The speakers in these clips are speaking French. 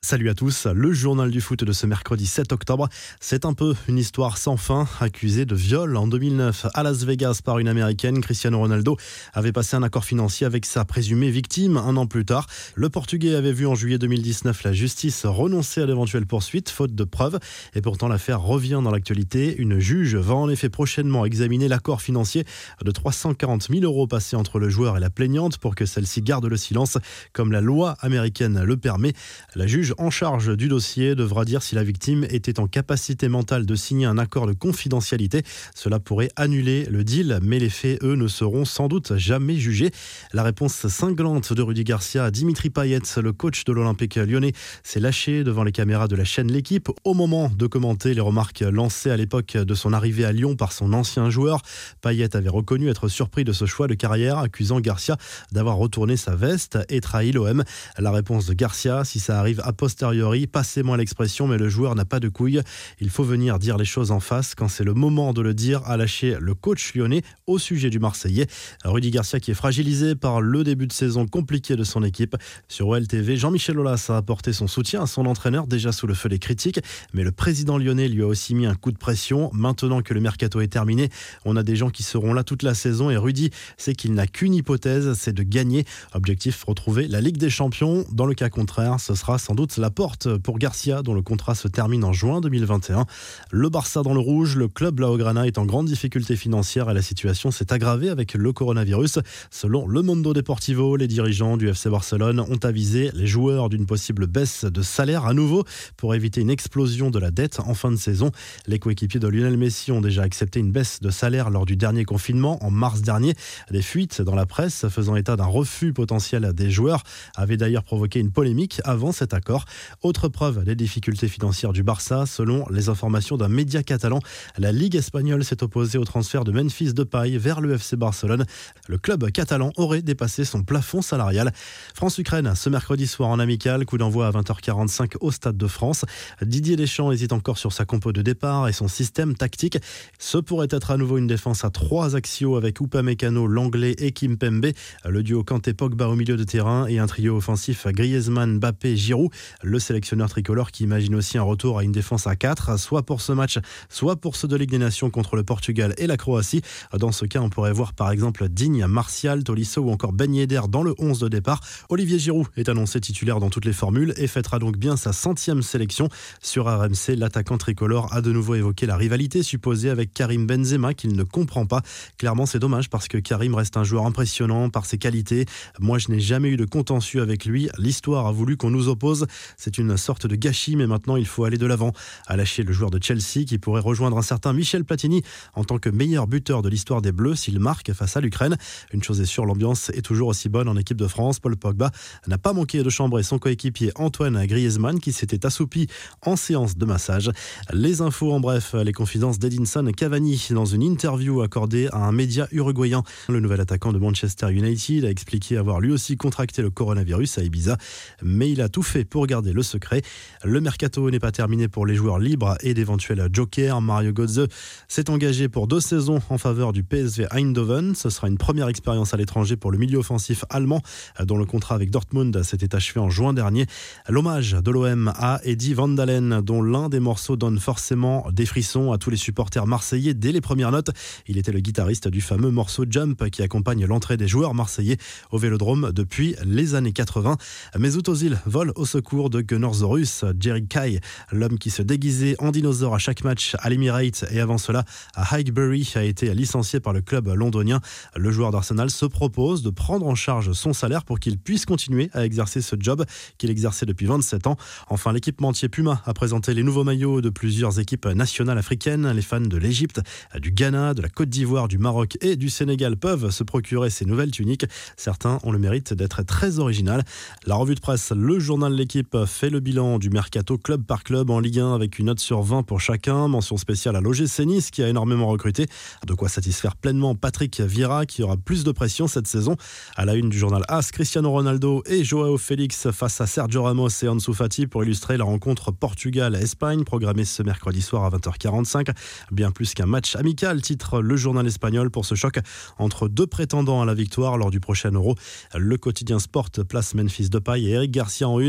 Salut à tous, le journal du foot de ce mercredi 7 octobre. C'est un peu une histoire sans fin. Accusé de viol en 2009 à Las Vegas par une américaine, Cristiano Ronaldo avait passé un accord financier avec sa présumée victime un an plus tard. Le Portugais avait vu en juillet 2019 la justice renoncer à d'éventuelles poursuites, faute de preuves. Et pourtant l'affaire revient dans l'actualité. Une juge va en effet prochainement examiner l'accord financier de 340 000 € passé entre le joueur et la plaignante pour que celle-ci garde le silence, comme la loi américaine le permet. La juge en charge du dossier devra dire si la victime était en capacité mentale de signer un accord de confidentialité. Cela pourrait annuler le deal, mais les faits, eux, ne seront sans doute jamais jugés. La réponse cinglante de Rudy Garcia à Dimitri Payet, le coach de l'Olympique lyonnais, s'est lâché devant les caméras de la chaîne L'Équipe au moment de commenter les remarques lancées à l'époque de son arrivée à Lyon par son ancien joueur. Payet avait reconnu être surpris de ce choix de carrière, accusant Garcia d'avoir retourné sa veste et trahi l'OM. La réponse de Garcia: si ça arrive a posteriori, passez-moi l'expression, mais le joueur n'a pas de couilles. Il faut venir dire les choses en face quand c'est le moment de le dire, a lâché le coach lyonnais au sujet du Marseillais. Rudy Garcia qui est fragilisé par le début de saison compliqué de son équipe. Sur OLTV, Jean-Michel Aulas a apporté son soutien à son entraîneur, déjà sous le feu des critiques, mais le président lyonnais lui a aussi mis un coup de pression. Maintenant que le mercato est terminé, on a des gens qui seront là toute la saison et Rudy sait qu'il n'a qu'une hypothèse, c'est de gagner. Objectif, retrouver la Ligue des Champions. Dans le cas contraire, ce sera sans doute la porte pour Garcia, dont le contrat se termine en juin 2021. Le Barça dans le rouge, le club blaugrana est en grande difficulté financière et la situation s'est aggravée avec le coronavirus. Selon Le Mundo Deportivo, les dirigeants du FC Barcelone ont avisé les joueurs d'une possible baisse de salaire à nouveau pour éviter une explosion de la dette en fin de saison. Les coéquipiers de Lionel Messi ont déjà accepté une baisse de salaire lors du dernier confinement en mars dernier. Des fuites dans la presse faisant état d'un refus potentiel des joueurs avaient d'ailleurs provoqué une polémique avant cet accord. Autre preuve des difficultés financières du Barça, selon les informations d'un média catalan, la Ligue espagnole s'est opposée au transfert de Memphis Depay vers le FC Barcelone. Le club catalan aurait dépassé son plafond salarial. France-Ukraine, ce mercredi soir en amical, coup d'envoi à 20h45 au Stade de France. Didier Deschamps hésite encore sur sa compo de départ et son système tactique. Ce pourrait être à nouveau une défense à 3 axiaux avec Upamecano, Langlais et Kimpembe. Le duo Kanté-Pogba au milieu de terrain et un trio offensif Griezmann, Mbappé, Giroud. Le sélectionneur tricolore qui imagine aussi un retour à une défense à 4, soit pour ce match, soit pour ceux de Ligue des Nations contre le Portugal et la Croatie. Dans ce cas, on pourrait voir par exemple Digne, Martial, Tolisso ou encore Ben Yedder dans le 11 de départ. Olivier Giroud est annoncé titulaire dans toutes les formules et fêtera donc bien sa 100e sélection. Sur RMC, l'attaquant tricolore a de nouveau évoqué la rivalité supposée avec Karim Benzema qu'il ne comprend pas. Clairement, c'est dommage parce que Karim reste un joueur impressionnant par ses qualités. Moi, je n'ai jamais eu de contentieux avec lui. L'histoire a voulu qu'on nous oppose. C'est une sorte de gâchis, mais maintenant il faut aller de l'avant. A lâché le joueur de Chelsea qui pourrait rejoindre un certain Michel Platini en tant que meilleur buteur de l'histoire des Bleus s'il marque face à l'Ukraine. Une chose est sûre, l'ambiance est toujours aussi bonne en équipe de France. Paul Pogba n'a pas manqué de chambrer son coéquipier Antoine Griezmann qui s'était assoupi en séance de massage. Les infos en bref, les confidences d'Edinson Cavani dans une interview accordée à un média uruguayen. Le nouvel attaquant de Manchester United a expliqué avoir lui aussi contracté le coronavirus à Ibiza, mais il a tout fait pour garder le secret. Le mercato n'est pas terminé pour les joueurs libres et d'éventuels jokers. Mario Götze s'est engagé pour 2 saisons en faveur du PSV Eindhoven. Ce sera une première expérience à l'étranger pour le milieu offensif allemand dont le contrat avec Dortmund s'était achevé en juin dernier. L'hommage de l'OM à Eddie Van Dalen, dont l'un des morceaux donne forcément des frissons à tous les supporters marseillais dès les premières notes. Il était le guitariste du fameux morceau Jump qui accompagne l'entrée des joueurs marseillais au Vélodrome depuis les années 80. Mesut Özil vole au secours de Gunnorsaurus, Jerry Kay, l'homme qui se déguisait en dinosaure à chaque match à l'Emirates et avant cela à Highbury, a été licencié par le club londonien. Le joueur d'Arsenal se propose de prendre en charge son salaire pour qu'il puisse continuer à exercer ce job qu'il exerçait depuis 27 ans. Enfin, l'équipementier Puma a présenté les nouveaux maillots de plusieurs équipes nationales africaines. Les fans de l'Égypte, du Ghana, de la Côte d'Ivoire, du Maroc et du Sénégal peuvent se procurer ces nouvelles tuniques. Certains ont le mérite d'être très originales. La revue de presse, le journal L'Équipe fait le bilan du mercato club par club en Ligue 1 avec une note sur 20 pour chacun. Mention spéciale à l'OGC Nice qui a énormément recruté. De quoi satisfaire pleinement Patrick Vieira qui aura plus de pression cette saison. À la une du journal AS, Cristiano Ronaldo et Joao Félix face à Sergio Ramos et Ansu Fati pour illustrer la rencontre Portugal-Espagne programmée ce mercredi soir à 20h45. Bien plus qu'un match amical, titre le journal espagnol pour ce choc entre deux prétendants à la victoire lors du prochain Euro. Le quotidien Sport place Memphis Depay et Eric Garcia en une.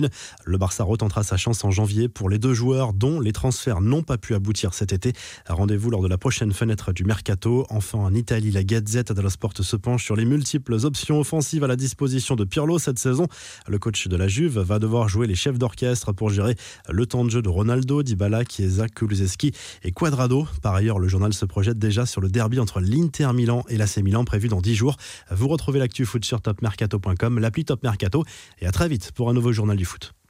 Le Barça retentera sa chance en janvier pour les deux joueurs dont les transferts n'ont pas pu aboutir cet été. Rendez-vous lors de la prochaine fenêtre du Mercato. Enfin, en Italie, la Gazzetta dello Sport se penche sur les multiples options offensives à la disposition de Pirlo cette saison. Le coach de la Juve va devoir jouer les chefs d'orchestre pour gérer le temps de jeu de Ronaldo, Dybala, Chiesa, Kulusevski et Cuadrado. Par ailleurs, le journal se projette déjà sur le derby entre l'Inter Milan et l'AC Milan prévu dans 10 jours. Vous retrouvez l'actu foot sur topmercato.com, l'appli Top Mercato et à très vite pour un nouveau journal du foot.